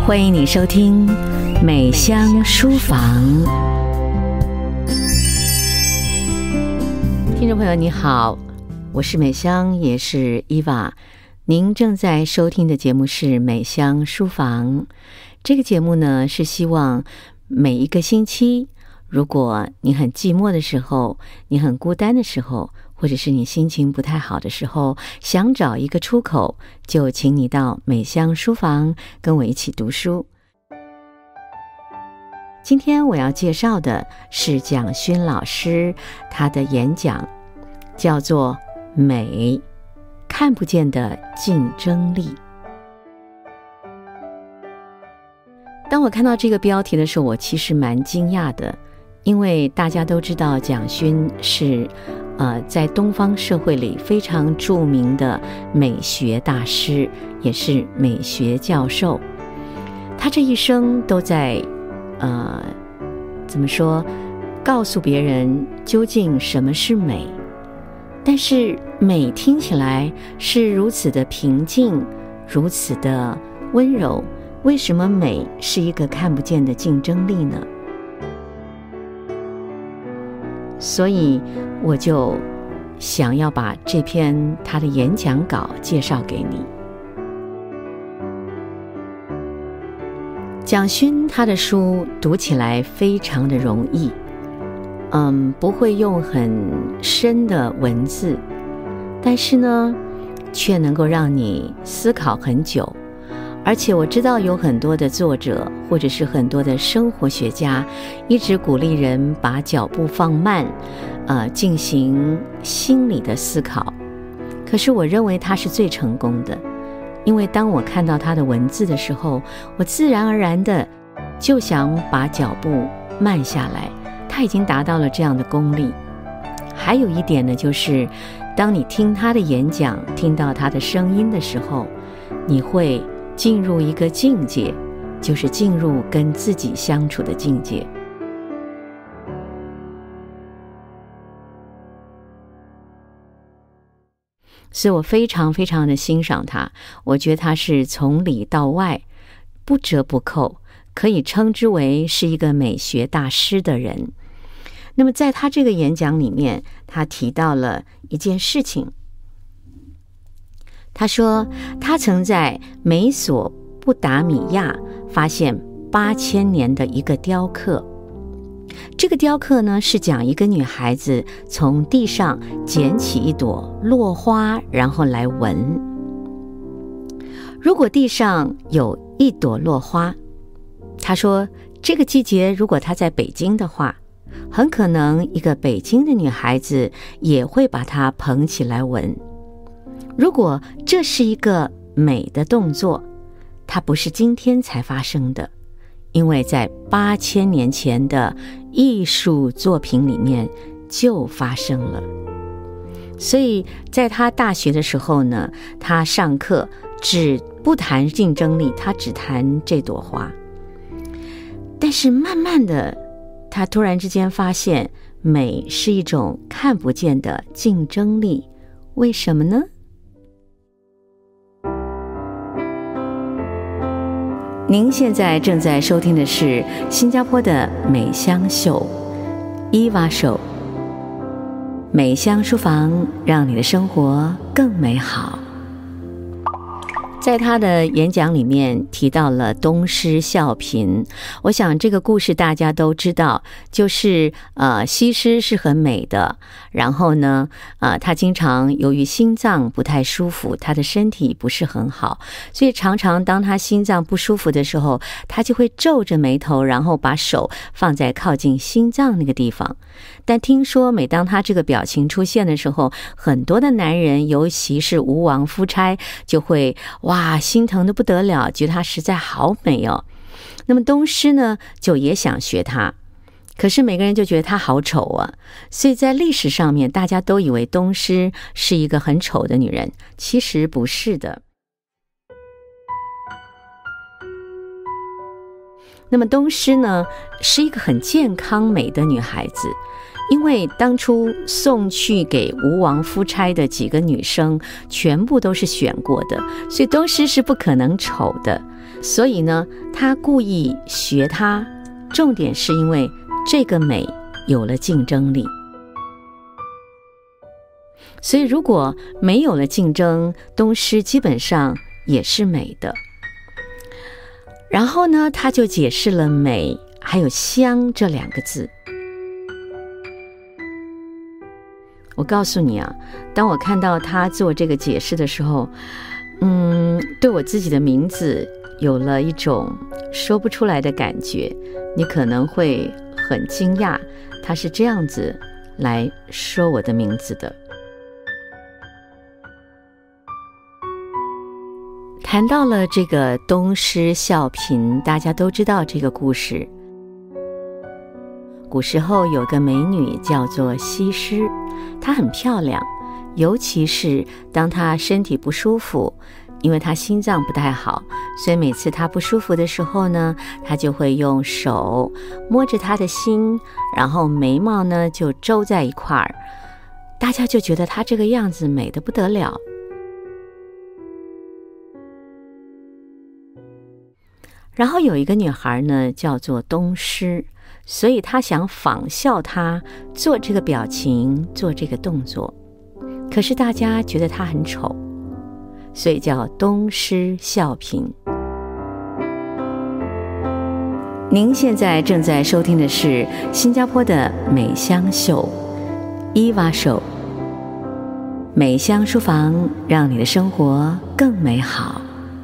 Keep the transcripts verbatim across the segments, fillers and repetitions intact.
欢迎你收听美香书房。听众朋友你好，我是美香，也是伊娃。您正在收听的节目是美香书房。这个节目呢，是希望每一个星期，如果你很寂寞的时候，你很孤单的时候，或者是你心情不太好的时候，想找一个出口，就请你到美香书房跟我一起读书。今天我要介绍的是蒋勋老师他的演讲，叫做《美，看不见的竞争力》。当我看到这个标题的时候，我其实蛮惊讶的，因为大家都知道蒋勋是呃，在东方社会里非常著名的美学大师，也是美学教授。他这一生都在呃，怎么说，告诉别人究竟什么是美。但是美听起来是如此的平静，如此的温柔，为什么美是一个看不见的竞争力呢？所以我就想要把这篇他的演讲稿介绍给你。蒋勋他的书读起来非常的容易，嗯，不会用很深的文字，但是呢，却能够让你思考很久。而且我知道有很多的作者或者是很多的生活学家一直鼓励人把脚步放慢，呃，进行心理的思考。可是我认为他是最成功的，因为当我看到他的文字的时候，我自然而然的就想把脚步慢下来。他已经达到了这样的功力。还有一点呢，就是当你听他的演讲，听到他的声音的时候，你会进入一个境界，就是进入跟自己相处的境界。所以我非常非常的欣赏他，我觉得他是从里到外不折不扣，可以称之为是一个美学大师的人。那么在他这个演讲里面，他提到了一件事情。他说他曾在美索不达米亚发现八千年的一个雕刻。这个雕刻呢，是讲一个女孩子从地上捡起一朵落花，然后来闻。如果地上有一朵落花，他说这个季节如果她在北京的话，很可能一个北京的女孩子也会把它捧起来闻。如果这是一个美的动作，它不是今天才发生的，因为在八千年前的艺术作品里面就发生了。所以在他大学的时候呢，他上课只不谈竞争力，他只谈这朵花。但是慢慢的，他突然之间发现美是一种看不见的竞争力。为什么呢？您现在正在收听的是新加坡的美香秀，伊娃秀。美香书房，让你的生活更美好。在他的演讲里面提到了东施效颦，我想这个故事大家都知道，就是呃西施是很美的，然后呢呃她经常由于心脏不太舒服，她的身体不是很好，所以常常当她心脏不舒服的时候，她就会皱着眉头，然后把手放在靠近心脏那个地方。但听说每当她这个表情出现的时候，很多的男人，尤其是吴王夫差，就会哇心疼得不得了，觉得她实在好美哦。那么东施呢，就也想学她，可是每个人就觉得她好丑啊，所以在历史上面大家都以为东施是一个很丑的女人，其实不是的。那么东施呢，是一个很健康美的女孩子，因为当初送去给吴王夫差的几个女生全部都是选过的，所以东施是不可能丑的。 所以呢，他故意学它，重点是因为这个美有了竞争力。所以如果没有了竞争，东施基本上也是美的。然后呢，他就解释了美还有香这两个字。我告诉你啊，当我看到他做这个解释的时候，嗯，对我自己的名字有了一种说不出来的感觉。你可能会很惊讶，他是这样子来说我的名字的。谈到了这个东施效颦，大家都知道这个故事。古时候有个美女叫做西施，她很漂亮，尤其是当她身体不舒服，因为她心脏不太好，所以每次她不舒服的时候呢，她就会用手摸着她的心，然后眉毛呢就皱在一块儿，大家就觉得她这个样子美得不得了。然后有一个女孩呢叫做东施，所以她想仿效她做这个表情，做这个动作，可是大家觉得她很丑，所以叫东施效颦。您现在正在收听的是新加坡的美香秀伊娃秀，美香书房，让你的生活更美好。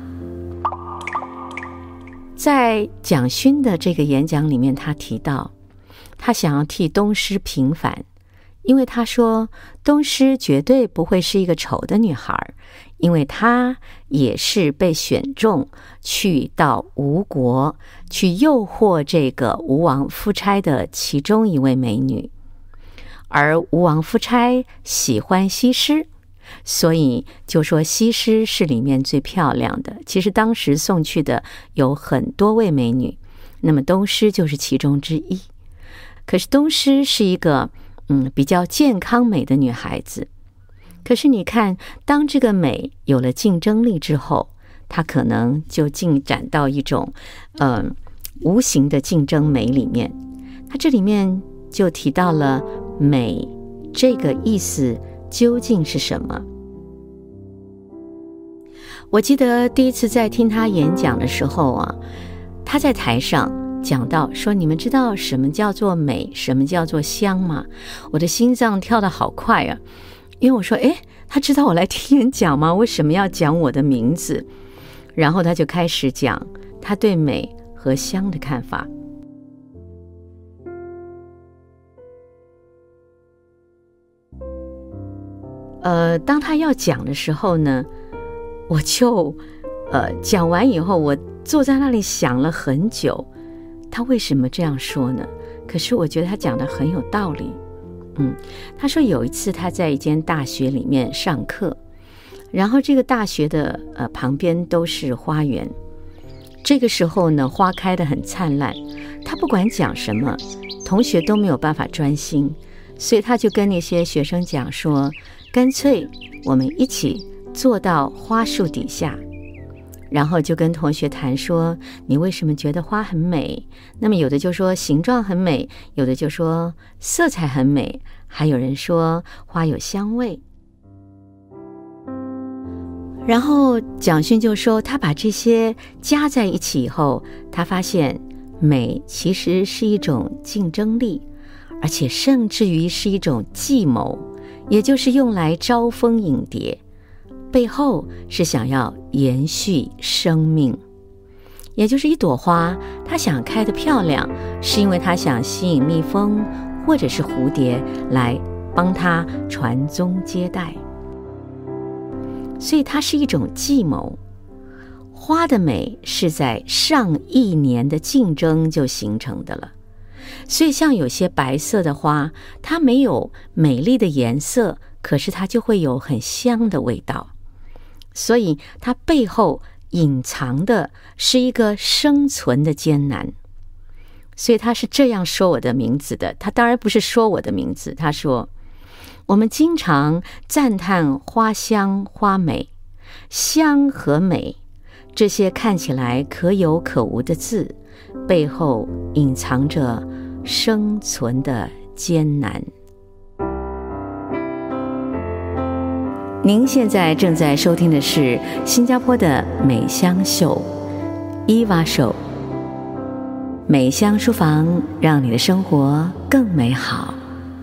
在蒋勋的这个演讲里面，他提到他想要替东施平反，因为他说东施绝对不会是一个丑的女孩，因为她也是被选中去到吴国去诱惑这个吴王夫差的其中一位美女，而吴王夫差喜欢西施，所以就说西施是里面最漂亮的。其实当时送去的有很多位美女，那么东施就是其中之一。可是东施是一个嗯比较健康美的女孩子，可是你看，当这个美有了竞争力之后，它可能就进展到一种嗯、呃、无形的竞争美里面。它这里面就提到了美这个意思究竟是什么？我记得第一次在听他演讲的时候啊，他在台上讲到说，你们知道什么叫做美，什么叫做香吗？我的心脏跳得好快啊，因为我说，诶，他知道我来听演讲吗？为什么要讲我的名字？然后他就开始讲他对美和香的看法。呃，当他要讲的时候呢，我就呃讲完以后，我坐在那里想了很久，他为什么这样说呢？可是我觉得他讲的很有道理。嗯，他说有一次他在一间大学里面上课，然后这个大学的呃旁边都是花园，这个时候呢花开得很灿烂，他不管讲什么，同学都没有办法专心，所以他就跟那些学生讲说，干脆我们一起坐到花树底下，然后就跟同学谈说，你为什么觉得花很美？那么有的就说形状很美，有的就说色彩很美，还有人说花有香味。然后蒋勋就说，他把这些加在一起以后，他发现美其实是一种竞争力，而且甚至于是一种计谋，也就是用来招蜂引蝶，背后是想要延续生命。也就是一朵花，它想开得漂亮，是因为它想吸引蜜蜂或者是蝴蝶来帮它传宗接代，所以它是一种计谋。花的美是在上亿年的竞争就形成的了，所以像有些白色的花，它没有美丽的颜色，可是它就会有很香的味道，所以它背后隐藏的是一个生存的艰难。所以他是这样说我的名字的，他当然不是说我的名字，他说，我们经常赞叹花香花美，香和美这些看起来可有可无的字，背后隐藏着生存的艰难。您现在正在收听的是新加坡的美香秀伊娃秀，美香书房，让你的生活更美好。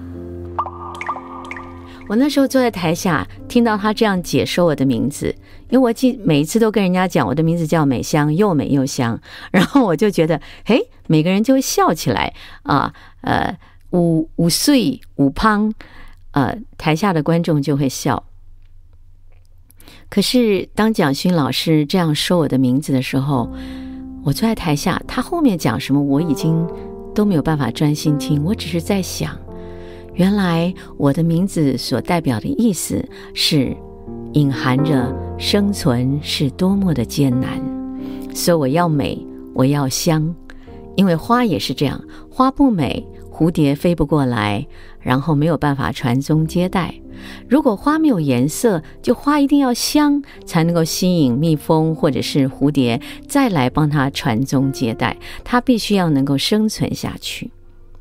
我那时候坐在台下，听到他这样解说我的名字，因为我记每一次都跟人家讲我的名字叫美香，又美又香，然后我就觉得，嘿，每个人就会笑起来啊，呃，五五岁五胖，呃，台下的观众就会笑。可是当蒋勋老师这样说我的名字的时候，我坐在台下，他后面讲什么我已经都没有办法专心听，我只是在想，原来我的名字所代表的意思是隐含着生存是多么的艰难，所以我要美，我要香，因为花也是这样，花不美，蝴蝶飞不过来，然后没有办法传宗接代。如果花没有颜色，就花一定要香，才能够吸引蜜蜂或者是蝴蝶再来帮它传宗接代，它必须要能够生存下去。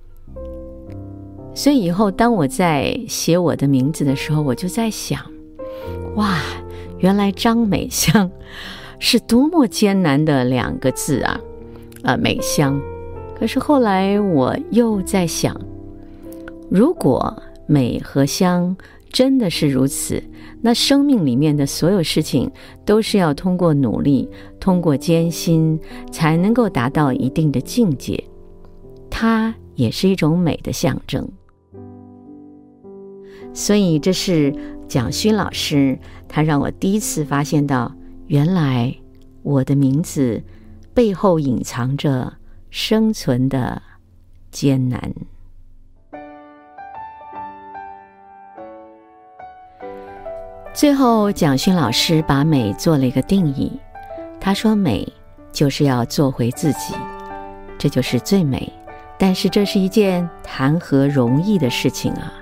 所以以后当我在写我的名字的时候，我就在想，哇，原来张美香是多么艰难的两个字啊，呃，美香。可是后来我又在想，如果美和香真的是如此，那生命里面的所有事情都是要通过努力，通过艰辛，才能够达到一定的境界，它也是一种美的象征。所以这是蒋勋老师，他让我第一次发现到，原来我的名字背后隐藏着生存的艰难。最后蒋勋老师把美做了一个定义，他说美就是要做回自己，这就是最美，但是这是一件谈何容易的事情啊。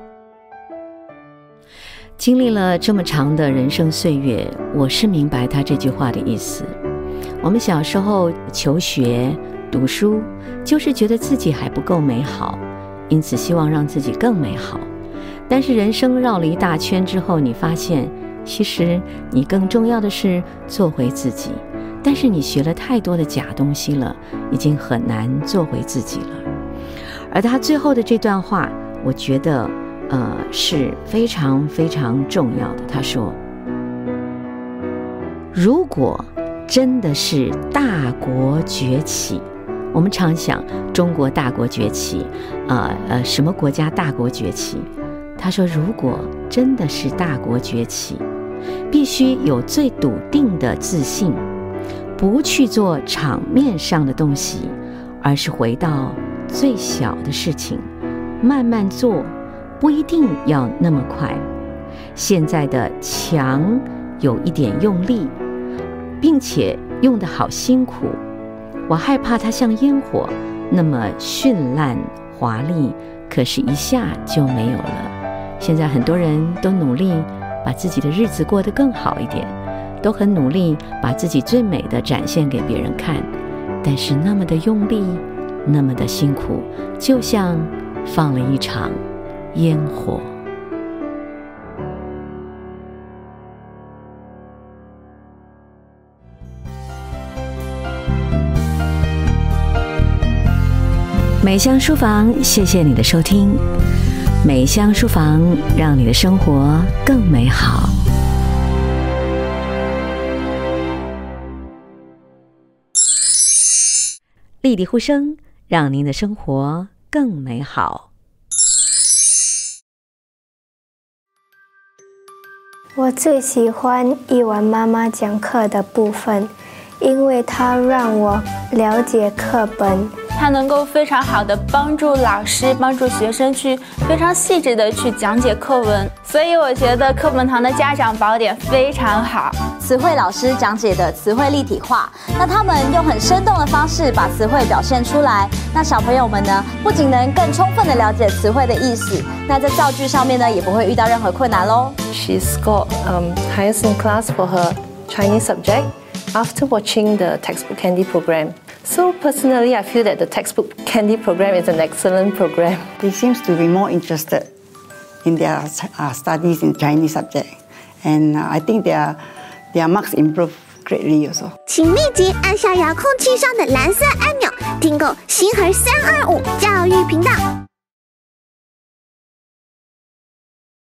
经历了这么长的人生岁月，我是明白他这句话的意思。我们小时候求学读书，就是觉得自己还不够美好，因此希望让自己更美好。但是人生绕了一大圈之后，你发现其实你更重要的是做回自己，但是你学了太多的假东西了，已经很难做回自己了。而他最后的这段话，我觉得呃是非常非常重要的。他说，如果真的是大国崛起，我们常想中国大国崛起，呃呃什么国家大国崛起？他说，如果真的是大国崛起，必须有最笃定的自信，不去做场面上的东西，而是回到最小的事情，慢慢做，不一定要那么快。现在的强有一点用力，并且用得好辛苦，我害怕它像烟火那么绚烂华丽，可是一下就没有了。现在很多人都努力把自己的日子过得更好一点，都很努力把自己最美的展现给别人看，但是那么的用力，那么的辛苦，就像放了一场烟火。美香书房，谢谢你的收听。美香书房，让你的生活更美好。丽丽呼声，让您的生活更美好。 我最喜欢一文妈妈讲课的部分，因为它让我了解课本， 它能够非常好的帮助老师帮助学生去非常细致的去讲解课文，所以我觉得课本堂的家长宝典非常好。 词汇老师讲解的词汇立体化，那他们用很生动的方式把词汇表现出来，那小朋友们呢不仅能更充分的了解词汇的意思，那在造句上面呢也不会遇到任何困难咯。 She scored um, highest in class for her Chinese subject after watching the textbook candy program. So personally, I feel that the textbook candy program is an excellent program. They seem to be more interested in their uh, studies in Chinese subject, and uh, I think their their marks improve greatly also. 请立即按下遥控器上的蓝色按钮，订购星河三二五教育频道。